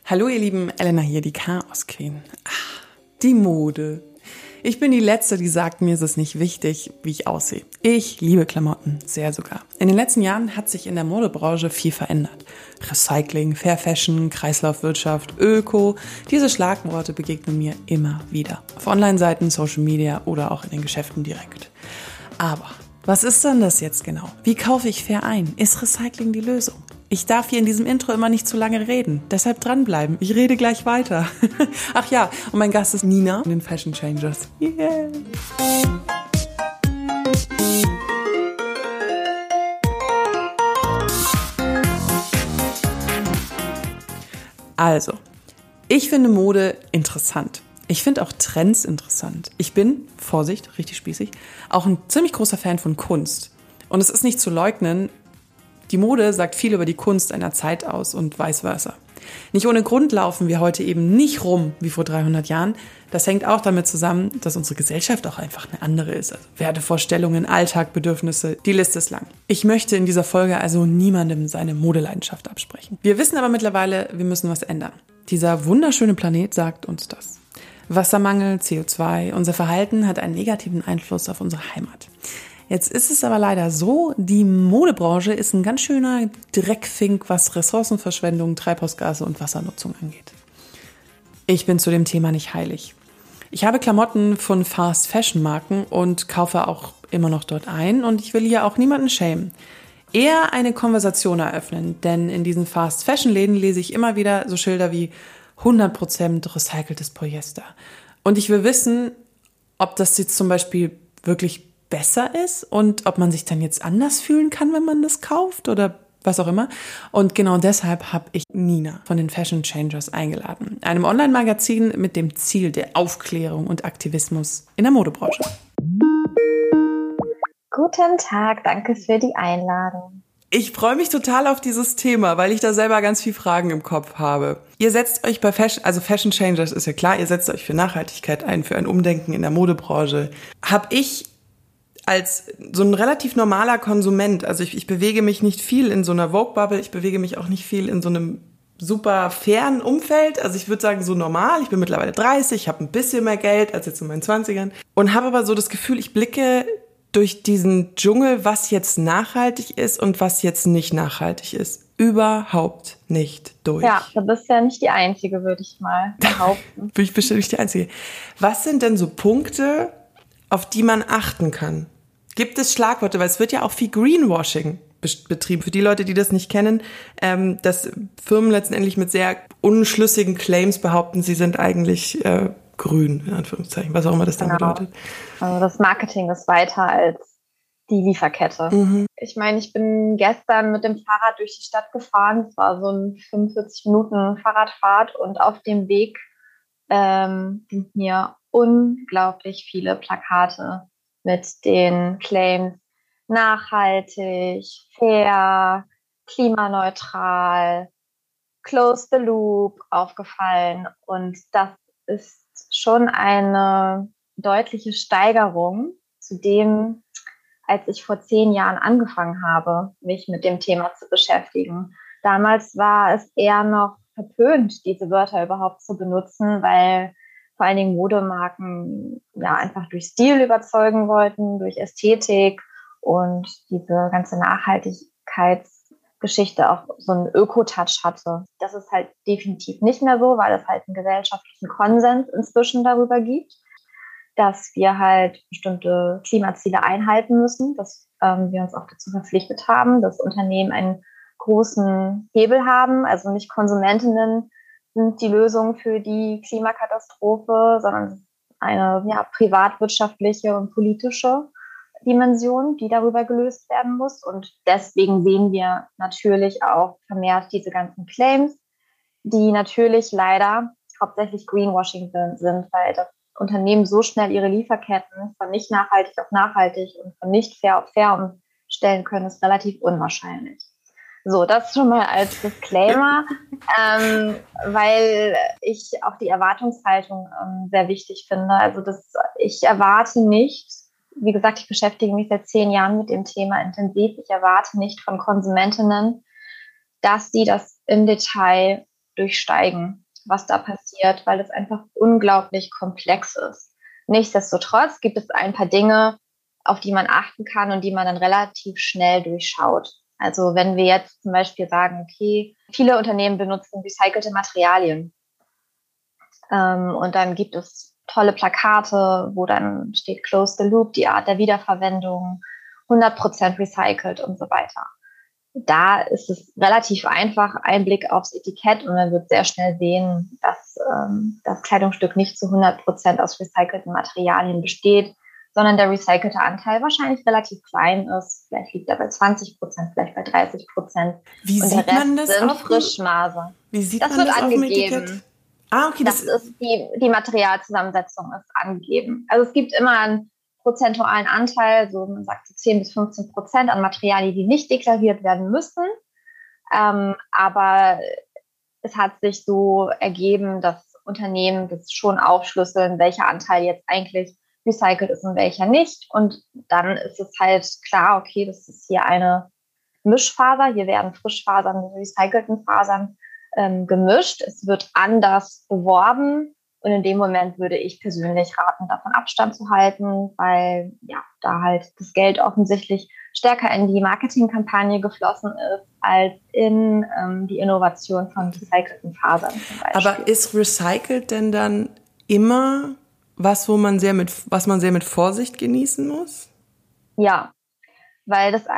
Hallo ihr Lieben, Elena hier, die Chaos Queen. Die Mode. Ich bin die Letzte, die sagt, mir ist es nicht wichtig, wie ich aussehe. Ich liebe Klamotten, sehr sogar. In den letzten Jahren hat sich in der Modebranche viel verändert. Recycling, Fair Fashion, Kreislaufwirtschaft, Öko, diese Schlagworte begegnen mir immer wieder. Auf Online-Seiten, Social Media oder auch in den Geschäften direkt. Aber was ist denn das jetzt genau? Wie kaufe ich fair ein? Ist Recycling die Lösung? Ich darf hier in diesem Intro immer nicht zu lange reden, deshalb dranbleiben. Ich rede gleich weiter. Ach ja, und mein Gast ist Nina von den Fashion Changers. Yeah. Also, ich finde Mode interessant. Ich finde auch Trends interessant. Ich bin, Vorsicht, richtig spießig, auch ein ziemlich großer Fan von Kunst. Und es ist nicht zu leugnen, die Mode sagt viel über die Kunst einer Zeit aus und vice versa. Nicht ohne Grund laufen wir heute eben nicht rum wie vor 300 Jahren. Das hängt auch damit zusammen, dass unsere Gesellschaft auch einfach eine andere ist. Also Wertevorstellungen, Alltag, Bedürfnisse, die Liste ist lang. Ich möchte in dieser Folge also niemandem seine Modeleidenschaft absprechen. Wir wissen aber mittlerweile, wir müssen was ändern. Dieser wunderschöne Planet sagt uns das. Wassermangel, CO2, unser Verhalten hat einen negativen Einfluss auf unsere Heimat. Jetzt ist es aber leider so, die Modebranche ist ein ganz schöner Dreckfink, was Ressourcenverschwendung, Treibhausgase und Wassernutzung angeht. Ich bin zu dem Thema nicht heilig. Ich habe Klamotten von Fast-Fashion-Marken und kaufe auch immer noch dort ein und ich will hier auch niemanden schämen. Eher eine Konversation eröffnen, denn in diesen Fast-Fashion-Läden lese ich immer wieder so Schilder wie 100% recyceltes Polyester. Und ich will wissen, ob das jetzt zum Beispiel wirklich besser ist und ob man sich dann jetzt anders fühlen kann, wenn man das kauft oder was auch immer. Und genau deshalb habe ich Nina von den Fashion Changers eingeladen, einem Online-Magazin mit dem Ziel der Aufklärung und Aktivismus in der Modebranche. Guten Tag, danke für die Einladung. Ich freue mich total auf dieses Thema, weil ich da selber ganz viele Fragen im Kopf habe. Ihr setzt euch bei Fashion Changers ist ja klar, ihr setzt euch für Nachhaltigkeit ein, für ein Umdenken in der Modebranche. Habe ich als so ein relativ normaler Konsument, also ich bewege mich nicht viel in so einer Vogue-Bubble, ich bewege mich auch nicht viel in so einem super fairen Umfeld, also ich würde sagen so normal, ich bin mittlerweile 30, ich habe ein bisschen mehr Geld als jetzt in meinen 20ern und habe aber so das Gefühl, ich blicke durch diesen Dschungel, was jetzt nachhaltig ist und was jetzt nicht nachhaltig ist, überhaupt nicht durch. Ja, du bist ja nicht die Einzige, würde ich mal behaupten. Bin ich bestimmt nicht die Einzige. Was sind denn so Punkte, auf die man achten kann? Gibt es Schlagworte, weil es wird ja auch viel Greenwashing betrieben. Für die Leute, die das nicht kennen, dass Firmen letztendlich mit sehr unschlüssigen Claims behaupten, sie sind eigentlich grün, in Anführungszeichen, was auch immer das dann bedeutet. Also das Marketing ist weiter als die Lieferkette. Mhm. Ich meine, ich bin gestern mit dem Fahrrad durch die Stadt gefahren. Es war so ein 45 Minuten Fahrradfahrt und auf dem Weg sind mir unglaublich viele Plakate mit den Claims nachhaltig, fair, klimaneutral, close the loop aufgefallen. Und das ist schon eine deutliche Steigerung zu dem, als ich vor 10 Jahren angefangen habe, mich mit dem Thema zu beschäftigen. Damals war es eher noch verpönt, diese Wörter überhaupt zu benutzen, weil vor allen Dingen Modemarken ja einfach durch Stil überzeugen wollten, durch Ästhetik und diese ganze Nachhaltigkeitsgeschichte auch so einen Öko-Touch hatte. Das ist halt definitiv nicht mehr so, weil es halt einen gesellschaftlichen Konsens inzwischen darüber gibt, dass wir halt bestimmte Klimaziele einhalten müssen, dass wir uns auch dazu verpflichtet haben, dass Unternehmen einen großen Hebel haben, also nicht Konsumentinnen sind die Lösung für die Klimakatastrophe, sondern eine privatwirtschaftliche und politische Dimension, die darüber gelöst werden muss. Und deswegen sehen wir natürlich auch vermehrt diese ganzen Claims, die natürlich leider hauptsächlich Greenwashing sind, weil das Unternehmen so schnell ihre Lieferketten von nicht nachhaltig auf nachhaltig und von nicht fair auf fair umstellen können, ist relativ unwahrscheinlich. So, das schon mal als Disclaimer, weil ich auch die Erwartungshaltung sehr wichtig finde. Also ich erwarte nicht, wie gesagt, ich beschäftige mich seit 10 Jahren mit dem Thema intensiv. Ich erwarte nicht von Konsumentinnen, dass sie das im Detail durchsteigen, was da passiert, weil es einfach unglaublich komplex ist. Nichtsdestotrotz gibt es ein paar Dinge, auf die man achten kann und die man dann relativ schnell durchschaut. Also wenn wir jetzt zum Beispiel sagen, okay, viele Unternehmen benutzen recycelte Materialien, und dann gibt es tolle Plakate, wo dann steht Close the Loop, die Art der Wiederverwendung, 100% recycelt und so weiter. Da ist es relativ einfach, ein Blick aufs Etikett und man wird sehr schnell sehen, dass das Kleidungsstück nicht zu 100% aus recycelten Materialien besteht, sondern der recycelte Anteil wahrscheinlich relativ klein ist. Vielleicht liegt er bei 20%, vielleicht bei 30%. Wie und sieht der Rest man das sind auf Frischmaße. Wie sieht Das man wird das auf dem angegeben. Etikett? Ah, okay. Das ist die Materialzusammensetzung ist angegeben. Also es gibt immer einen prozentualen Anteil, so man sagt so 10-15% an Materialien, die nicht deklariert werden müssen. Aber es hat sich so ergeben, dass Unternehmen das schon aufschlüsseln, welcher Anteil jetzt eigentlich recycelt ist und welcher nicht. Und dann ist es halt klar, okay, das ist hier eine Mischfaser. Hier werden Frischfasern mit recycelten Fasern gemischt. Es wird anders beworben. Und in dem Moment würde ich persönlich raten, davon Abstand zu halten, weil ja da halt das Geld offensichtlich stärker in die Marketingkampagne geflossen ist, als in die Innovation von recycelten Fasern zum Beispiel. Aber ist recycelt denn dann immer was man sehr mit Vorsicht genießen muss? Ja, weil das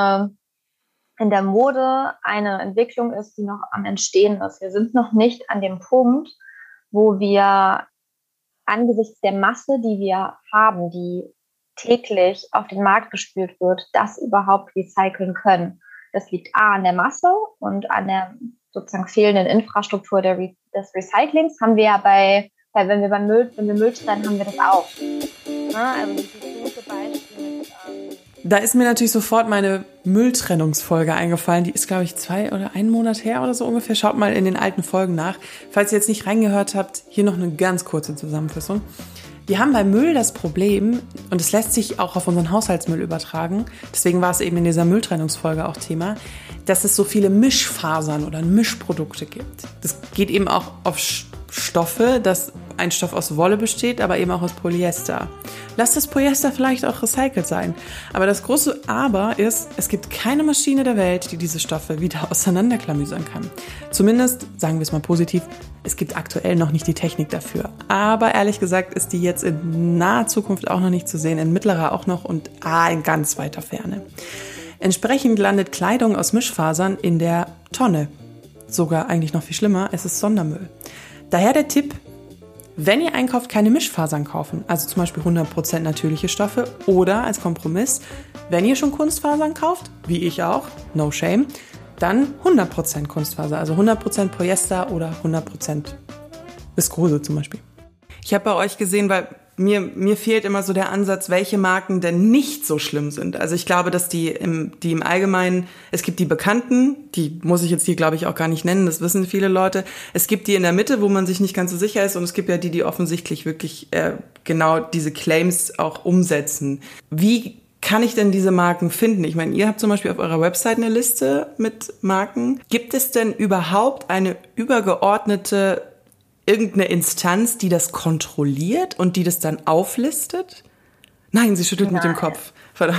in der Mode eine Entwicklung ist, die noch am Entstehen ist. Wir sind noch nicht an dem Punkt, wo wir angesichts der Masse, die wir haben, die täglich auf den Markt gespült wird, das überhaupt recyceln können. Das liegt an der Masse und an der sozusagen fehlenden Infrastruktur des Recyclings. Haben wir ja wenn wir Müll trennen, haben wir das auch. Also dieses gute Beispiel mit, Da ist mir natürlich sofort meine Mülltrennungsfolge eingefallen. Die ist, glaube ich, 2 oder 1 Monat her oder so ungefähr. Schaut mal in den alten Folgen nach. Falls ihr jetzt nicht reingehört habt, hier noch eine ganz kurze Zusammenfassung. Wir haben beim Müll das Problem, und es lässt sich auch auf unseren Haushaltsmüll übertragen, deswegen war es eben in dieser Mülltrennungsfolge auch Thema, dass es so viele Mischfasern oder Mischprodukte gibt. Das geht eben auch auf Stoffe, dass ein Stoff aus Wolle besteht, aber eben auch aus Polyester. Lasst das Polyester vielleicht auch recycelt sein. Aber das große Aber ist, es gibt keine Maschine der Welt, die diese Stoffe wieder auseinanderklamüsern kann. Zumindest, sagen wir es mal positiv, es gibt aktuell noch nicht die Technik dafür. Aber ehrlich gesagt ist die jetzt in naher Zukunft auch noch nicht zu sehen, in mittlerer auch noch und in ganz weiter Ferne. Entsprechend landet Kleidung aus Mischfasern in der Tonne. Sogar eigentlich noch viel schlimmer, es ist Sondermüll. Daher der Tipp, wenn ihr einkauft, keine Mischfasern kaufen, also zum Beispiel 100% natürliche Stoffe oder als Kompromiss, wenn ihr schon Kunstfasern kauft, wie ich auch, no shame, dann 100% Kunstfaser, also 100% Polyester oder 100% Viskose zum Beispiel. Ich habe bei euch gesehen, weil mir fehlt immer so der Ansatz, welche Marken denn nicht so schlimm sind. Also ich glaube, dass die im Allgemeinen, es gibt die Bekannten, die muss ich jetzt hier, glaube ich, auch gar nicht nennen, das wissen viele Leute. Es gibt die in der Mitte, wo man sich nicht ganz so sicher ist, und es gibt ja die offensichtlich wirklich genau diese Claims auch umsetzen. Wie kann ich denn diese Marken finden? Ich meine, ihr habt zum Beispiel auf eurer Website eine Liste mit Marken. Gibt es denn überhaupt eine übergeordnete irgendeine Instanz, die das kontrolliert und die das dann auflistet? Nein, sie schüttelt mit dem Kopf. Verdammt.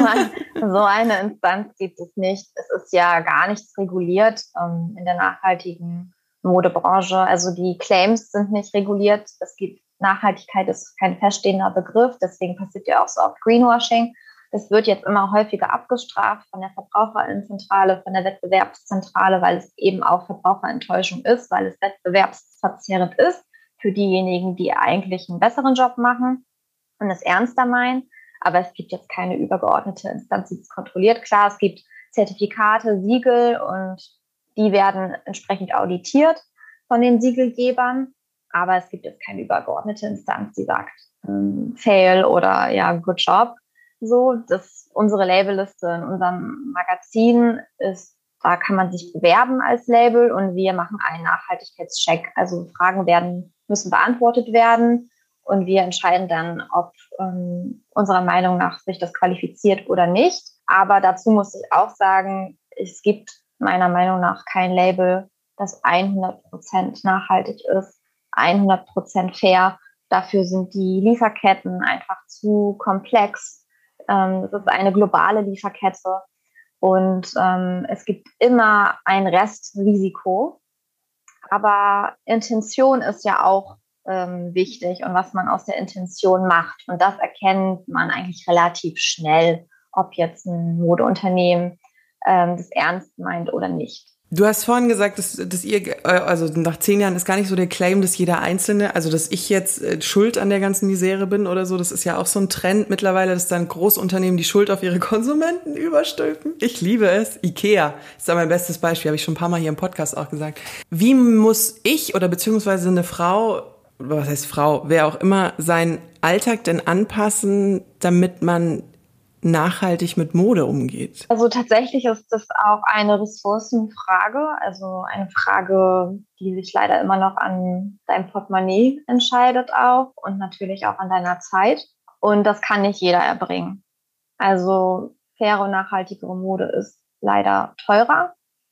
So eine Instanz gibt es nicht. Es ist ja gar nichts reguliert in der nachhaltigen Modebranche. Also die Claims sind nicht reguliert. Nachhaltigkeit ist kein feststehender Begriff. Deswegen passiert ja auch so oft Greenwashing. Das wird jetzt immer häufiger abgestraft von der Verbraucherinnenzentrale, von der Wettbewerbszentrale, weil es eben auch Verbraucherenttäuschung ist, weil es wettbewerbsverzerrend ist für diejenigen, die eigentlich einen besseren Job machen und es ernster meinen. Aber es gibt jetzt keine übergeordnete Instanz, die es kontrolliert. Klar, es gibt Zertifikate, Siegel und die werden entsprechend auditiert von den Siegelgebern. Aber es gibt jetzt keine übergeordnete Instanz, die sagt, Fail oder ja, Good Job. So, dass unsere Labelliste in unserem Magazin ist, da kann man sich bewerben als Label und wir machen einen Nachhaltigkeitscheck. Also Fragen müssen beantwortet werden und wir entscheiden dann, ob unserer Meinung nach sich das qualifiziert oder nicht. Aber dazu muss ich auch sagen, es gibt meiner Meinung nach kein Label, das 100% nachhaltig ist, 100% fair. Dafür sind die Lieferketten einfach zu komplex. Es ist eine globale Lieferkette und es gibt immer ein Restrisiko. Aber Intention ist ja auch wichtig und was man aus der Intention macht. Und das erkennt man eigentlich relativ schnell, ob jetzt ein Modeunternehmen das ernst meint oder nicht. Du hast vorhin gesagt, dass ihr, also nach 10 Jahren ist gar nicht so der Claim, dass jeder Einzelne, also dass ich jetzt schuld an der ganzen Misere bin oder so. Das ist ja auch so ein Trend mittlerweile, dass dann Großunternehmen die Schuld auf ihre Konsumenten überstülpen. Ich liebe es. Ikea ist da mein bestes Beispiel, habe ich schon ein paar Mal hier im Podcast auch gesagt. Wie muss ich oder beziehungsweise eine Frau, was heißt Frau, wer auch immer, seinen Alltag denn anpassen, damit man nachhaltig mit Mode umgeht? Also tatsächlich ist das auch eine Ressourcenfrage, also eine Frage, die sich leider immer noch an deinem Portemonnaie entscheidet auch und natürlich auch an deiner Zeit. Und das kann nicht jeder erbringen. Also faire und nachhaltigere Mode ist leider teurer.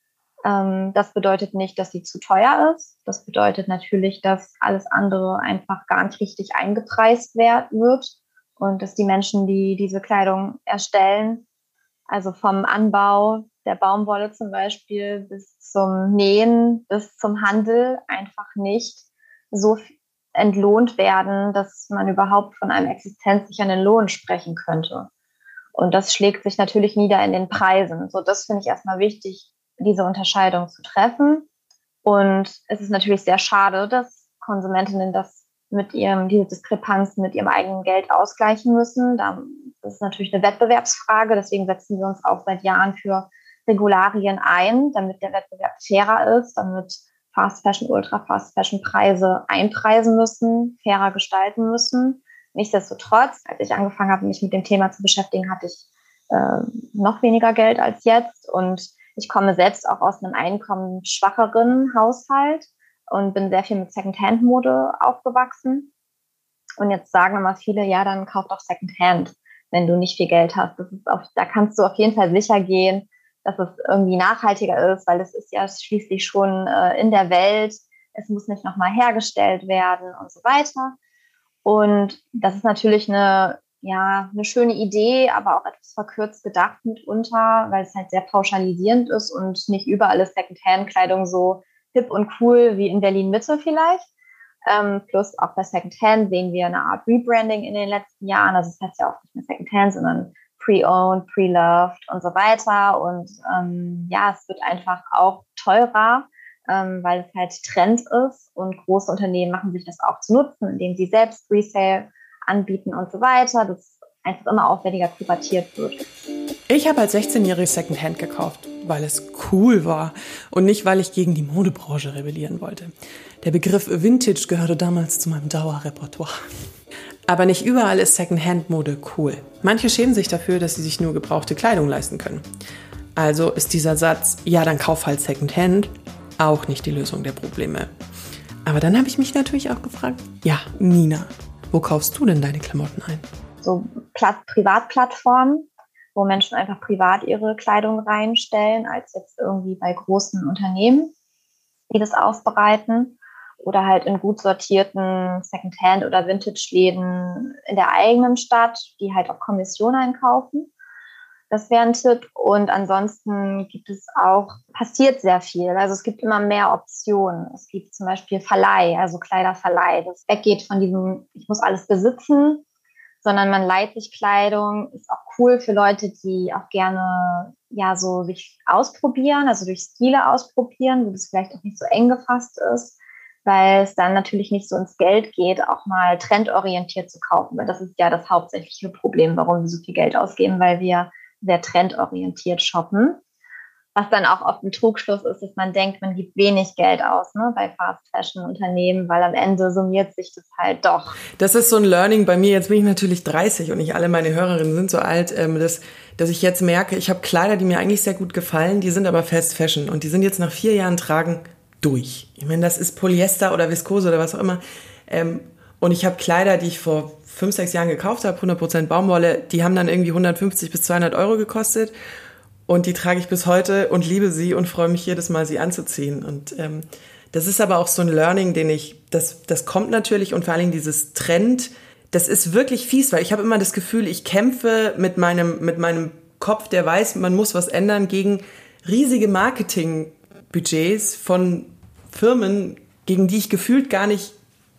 Das bedeutet nicht, dass sie zu teuer ist. Das bedeutet natürlich, dass alles andere einfach gar nicht richtig eingepreist wird. Und dass die Menschen, die diese Kleidung erstellen, also vom Anbau der Baumwolle zum Beispiel bis zum Nähen, bis zum Handel, einfach nicht so entlohnt werden, dass man überhaupt von einem existenzsichernden Lohn sprechen könnte. Und das schlägt sich natürlich nieder in den Preisen. So, das finde ich erstmal wichtig, diese Unterscheidung zu treffen. Und es ist natürlich sehr schade, dass Konsumentinnen diese Diskrepanz mit ihrem eigenen Geld ausgleichen müssen. Das ist natürlich eine Wettbewerbsfrage. Deswegen setzen wir uns auch seit Jahren für Regularien ein, damit der Wettbewerb fairer ist, damit Fast Fashion, Ultra Fast Fashion Preise einpreisen müssen, fairer gestalten müssen. Nichtsdestotrotz, als ich angefangen habe, mich mit dem Thema zu beschäftigen, hatte ich noch weniger Geld als jetzt. Und ich komme selbst auch aus einem einkommensschwacheren Haushalt und bin sehr viel mit Secondhand-Mode aufgewachsen. Und jetzt sagen immer viele, ja, dann kauf doch Secondhand, wenn du nicht viel Geld hast. Da kannst du auf jeden Fall sicher gehen, dass es irgendwie nachhaltiger ist, weil es ist ja schließlich schon in der Welt. Es muss nicht nochmal hergestellt werden und so weiter. Und das ist natürlich eine schöne Idee, aber auch etwas verkürzt gedacht mitunter, weil es halt sehr pauschalisierend ist und nicht überall ist Secondhand-Kleidung so hip und cool wie in Berlin-Mitte vielleicht. Plus auch bei Secondhand sehen wir eine Art Rebranding in den letzten Jahren. Also es heißt ja auch nicht mehr Secondhand, sondern Pre-Owned, Pre-Loved und so weiter. Und es wird einfach auch teurer, weil es halt Trend ist. Und große Unternehmen machen sich das auch zu nutzen, indem sie selbst Resale anbieten und so weiter. Das einfach immer aufwendiger kuratiert wird. Ich habe als 16-Jährige Secondhand gekauft, weil es cool war und nicht, weil ich gegen die Modebranche rebellieren wollte. Der Begriff Vintage gehörte damals zu meinem Dauerrepertoire. Aber nicht überall ist Secondhand-Mode cool. Manche schämen sich dafür, dass sie sich nur gebrauchte Kleidung leisten können. Also ist dieser Satz, ja, dann kauf halt Secondhand, auch nicht die Lösung der Probleme. Aber dann habe ich mich natürlich auch gefragt, ja, Nina, wo kaufst du denn deine Klamotten ein? So Privatplattformen, wo Menschen einfach privat ihre Kleidung reinstellen, als jetzt irgendwie bei großen Unternehmen, die das aufbereiten. Oder halt in gut sortierten Secondhand- oder Vintage-Läden in der eigenen Stadt, die halt auch Kommission einkaufen. Das wäre ein Tipp. Und ansonsten passiert sehr viel. Also es gibt immer mehr Optionen. Es gibt zum Beispiel Verleih, also Kleiderverleih, das weggeht von diesem, ich muss alles besitzen, sondern man leiht sich Kleidung. Ist auch cool für Leute, die auch gerne so sich ausprobieren, also durch Stile ausprobieren, wo das vielleicht auch nicht so eng gefasst ist, weil es dann natürlich nicht so ins Geld geht, auch mal trendorientiert zu kaufen. Weil das ist ja das hauptsächliche Problem, warum wir so viel Geld ausgeben, weil wir sehr trendorientiert shoppen. Was dann auch oft ein Trugschluss ist, dass man denkt, man gibt wenig Geld aus, ne, bei Fast-Fashion-Unternehmen, weil am Ende summiert sich das halt doch. Das ist so ein Learning bei mir. Jetzt bin ich natürlich 30 und nicht alle meine Hörerinnen sind so alt, dass ich jetzt merke, ich habe Kleider, die mir eigentlich sehr gut gefallen, die sind aber Fast Fashion und die sind jetzt nach 4 Jahren Tragen durch. Ich meine, das ist Polyester oder Viskose oder was auch immer. Und ich habe Kleider, die ich vor 5, 6 Jahren gekauft habe, 100% Baumwolle, die haben dann irgendwie 150 bis 200 € gekostet. Und die trage ich bis heute und liebe sie und freue mich jedes Mal, sie anzuziehen. Und das ist aber auch so ein Learning, das kommt natürlich, und vor allen Dingen dieses Trend, das ist wirklich fies, weil ich habe immer das Gefühl, ich kämpfe mit meinem Kopf, der weiß, man muss was ändern, gegen riesige Marketingbudgets von Firmen, gegen die ich gefühlt gar nicht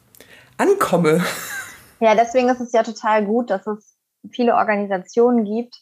ankomme. Ja, deswegen ist es ja total gut, dass es viele Organisationen gibt,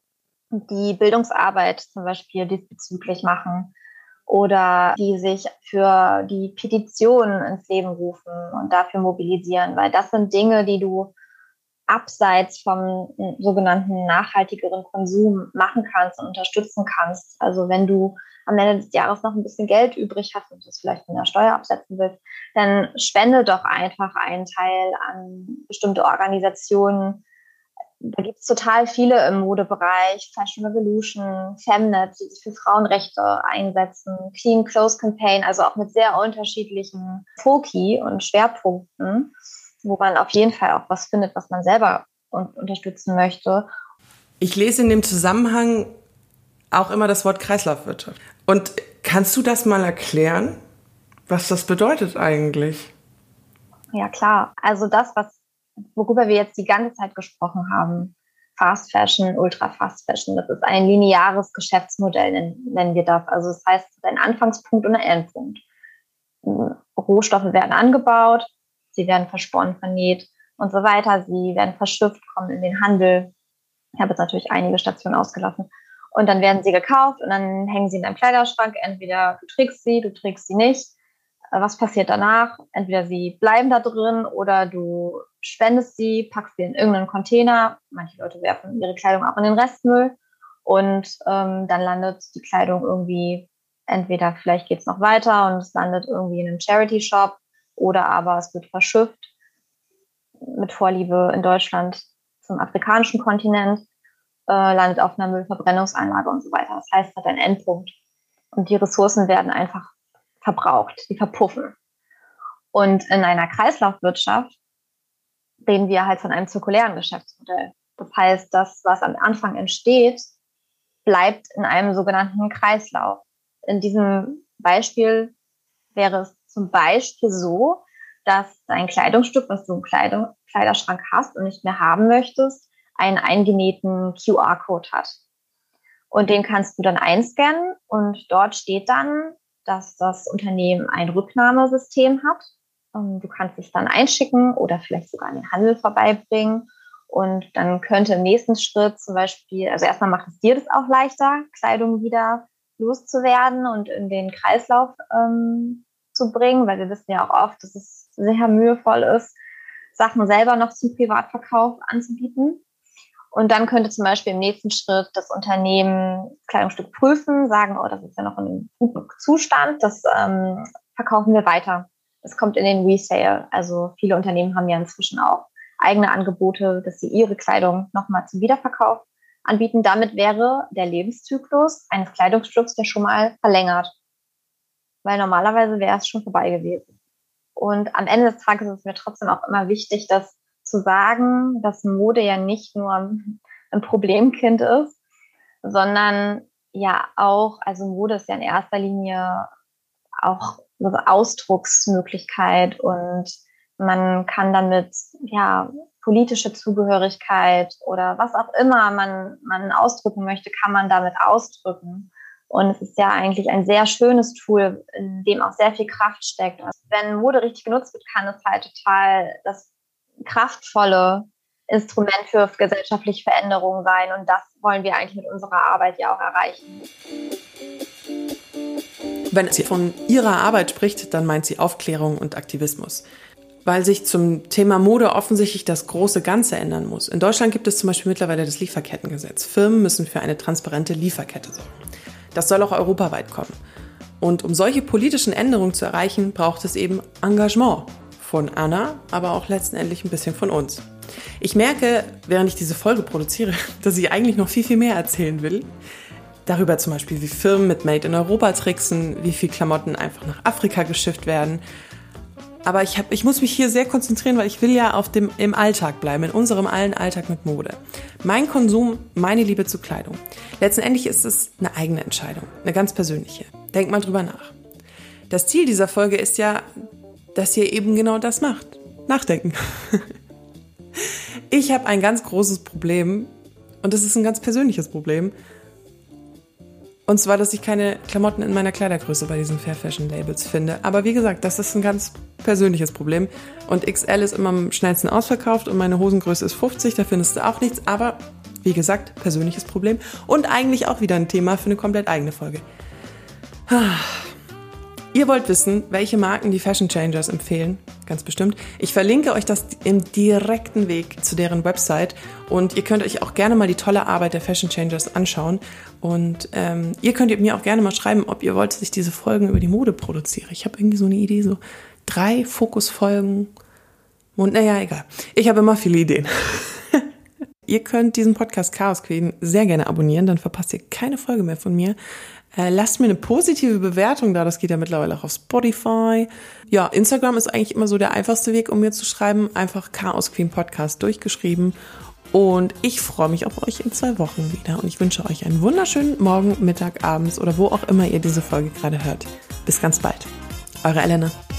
die Bildungsarbeit zum Beispiel diesbezüglich machen oder die sich für die Petitionen ins Leben rufen und dafür mobilisieren, weil das sind Dinge, die du abseits vom sogenannten nachhaltigeren Konsum machen kannst und unterstützen kannst. Also wenn du am Ende des Jahres noch ein bisschen Geld übrig hast und das vielleicht in der Steuer absetzen willst, dann spende doch einfach einen Teil an bestimmte Organisationen. Da gibt es total viele im Modebereich, Fashion Revolution, Femnet, die sich für Frauenrechte einsetzen, Clean Clothes Campaign, also auch mit sehr unterschiedlichen Foki und Schwerpunkten, wo man auf jeden Fall auch was findet, was man selber unterstützen möchte. Ich lese in dem Zusammenhang auch immer das Wort Kreislaufwirtschaft. Und kannst du das mal erklären, was das bedeutet eigentlich? Ja, klar. Also das, worüber wir jetzt die ganze Zeit gesprochen haben, Fast Fashion, Ultra Fast Fashion, das ist ein lineares Geschäftsmodell, nennen wir das. Also das heißt, es ist ein Anfangspunkt und ein Endpunkt. Rohstoffe werden angebaut, sie werden versponnen, vernäht und so weiter. Sie werden verschifft, kommen in den Handel. Ich habe jetzt natürlich einige Stationen ausgelassen. Und dann werden sie gekauft und dann hängen sie in deinem Kleiderschrank. Entweder du trägst sie nicht. Was passiert danach? Entweder sie bleiben da drin oder du spendest sie, packst sie in irgendeinen Container. Manche Leute werfen ihre Kleidung auch in den Restmüll. Und dann landet die Kleidung irgendwie, entweder vielleicht geht es noch weiter und es landet irgendwie in einem Charity-Shop oder aber es wird verschifft mit Vorliebe in Deutschland zum afrikanischen Kontinent, landet auf einer Müllverbrennungsanlage und so weiter. Das heißt, es hat einen Endpunkt. Und die Ressourcen werden einfach verbraucht, die verpuffen. Und in einer Kreislaufwirtschaft reden wir halt von einem zirkulären Geschäftsmodell. Das heißt, das, was am Anfang entsteht, bleibt in einem sogenannten Kreislauf. In diesem Beispiel wäre es zum Beispiel so, dass dein Kleidungsstück, was du im Kleiderschrank hast und nicht mehr haben möchtest, einen eingenähten QR-Code hat. Und den kannst du dann einscannen und dort steht dann, dass das Unternehmen ein Rücknahmesystem hat. Du kannst es dann einschicken oder vielleicht sogar an den Handel vorbeibringen. Und dann könnte im nächsten Schritt zum Beispiel, also erstmal macht es dir das auch leichter, Kleidung wieder loszuwerden und in den Kreislauf zu bringen, weil wir wissen ja auch oft, dass es sehr mühevoll ist, Sachen selber noch zum Privatverkauf anzubieten. Und dann könnte zum Beispiel im nächsten Schritt das Unternehmen das Kleidungsstück prüfen, sagen, oh, das ist ja noch in einem guten Zustand, das verkaufen wir weiter. Es kommt in den Resale. Also viele Unternehmen haben ja inzwischen auch eigene Angebote, dass sie ihre Kleidung nochmal zum Wiederverkauf anbieten. Damit wäre der Lebenszyklus eines Kleidungsstücks ja schon mal verlängert. Weil normalerweise wäre es schon vorbei gewesen. Und am Ende des Tages ist es mir trotzdem auch immer wichtig, das zu sagen, dass Mode ja nicht nur ein Problemkind ist, sondern ja auch, also Mode ist ja in erster Linie auch eine Ausdrucksmöglichkeit und man kann damit ja politische Zugehörigkeit oder was auch immer man ausdrücken möchte, kann man damit ausdrücken. Und es ist ja eigentlich ein sehr schönes Tool, in dem auch sehr viel Kraft steckt. Also wenn Mode richtig genutzt wird, kann es halt total das kraftvolle Instrument für gesellschaftliche Veränderungen sein. Und das wollen wir eigentlich mit unserer Arbeit ja auch erreichen. Wenn sie von ihrer Arbeit spricht, dann meint sie Aufklärung und Aktivismus. Weil sich zum Thema Mode offensichtlich das große Ganze ändern muss. In Deutschland gibt es zum Beispiel mittlerweile das Lieferkettengesetz. Firmen müssen für eine transparente Lieferkette sorgen. Das soll auch europaweit kommen. Und um solche politischen Änderungen zu erreichen, braucht es eben Engagement von Anna, aber auch letztendlich ein bisschen von uns. Ich merke, während ich diese Folge produziere, dass ich eigentlich noch viel, viel mehr erzählen will. Darüber zum Beispiel, wie Firmen mit Made in Europa tricksen, wie viel Klamotten einfach nach Afrika geschifft werden. Aber ich muss mich hier sehr konzentrieren, weil ich will ja im Alltag bleiben, in unserem allen Alltag mit Mode. Mein Konsum, meine Liebe zu Kleidung. Letztendlich ist es eine eigene Entscheidung, eine ganz persönliche. Denk mal drüber nach. Das Ziel dieser Folge ist ja, dass ihr eben genau das macht. Nachdenken. Ich habe ein ganz großes Problem und das ist ein ganz persönliches Problem. Und zwar, dass ich keine Klamotten in meiner Kleidergröße bei diesen Fair Fashion Labels finde. Aber wie gesagt, das ist ein ganz persönliches Problem. Und XL ist immer am schnellsten ausverkauft und meine Hosengröße ist 50, da findest du auch nichts. Aber wie gesagt, persönliches Problem. Und eigentlich auch wieder ein Thema für eine komplett eigene Folge. Ihr wollt wissen, welche Marken die Fashion Changers empfehlen? Ganz bestimmt. Ich verlinke euch das im direkten Weg zu deren Website und ihr könnt euch auch gerne mal die tolle Arbeit der Fashion Changers anschauen und ihr könnt mir auch gerne mal schreiben, ob ihr wollt, dass ich diese Folgen über die Mode produziere. Ich habe irgendwie so eine Idee, so 3 Fokusfolgen und naja, egal. Ich habe immer viele Ideen. Ihr könnt diesen Podcast Chaos Queen sehr gerne abonnieren, dann verpasst ihr keine Folge mehr von mir. Lasst mir eine positive Bewertung da, das geht ja mittlerweile auch auf Spotify. Ja, Instagram ist eigentlich immer so der einfachste Weg, um mir zu schreiben. Einfach Chaos Queen Podcast durchgeschrieben. Und ich freue mich auf euch in 2 Wochen wieder. Und ich wünsche euch einen wunderschönen Morgen, Mittag, abends oder wo auch immer ihr diese Folge gerade hört. Bis ganz bald. Eure Elena.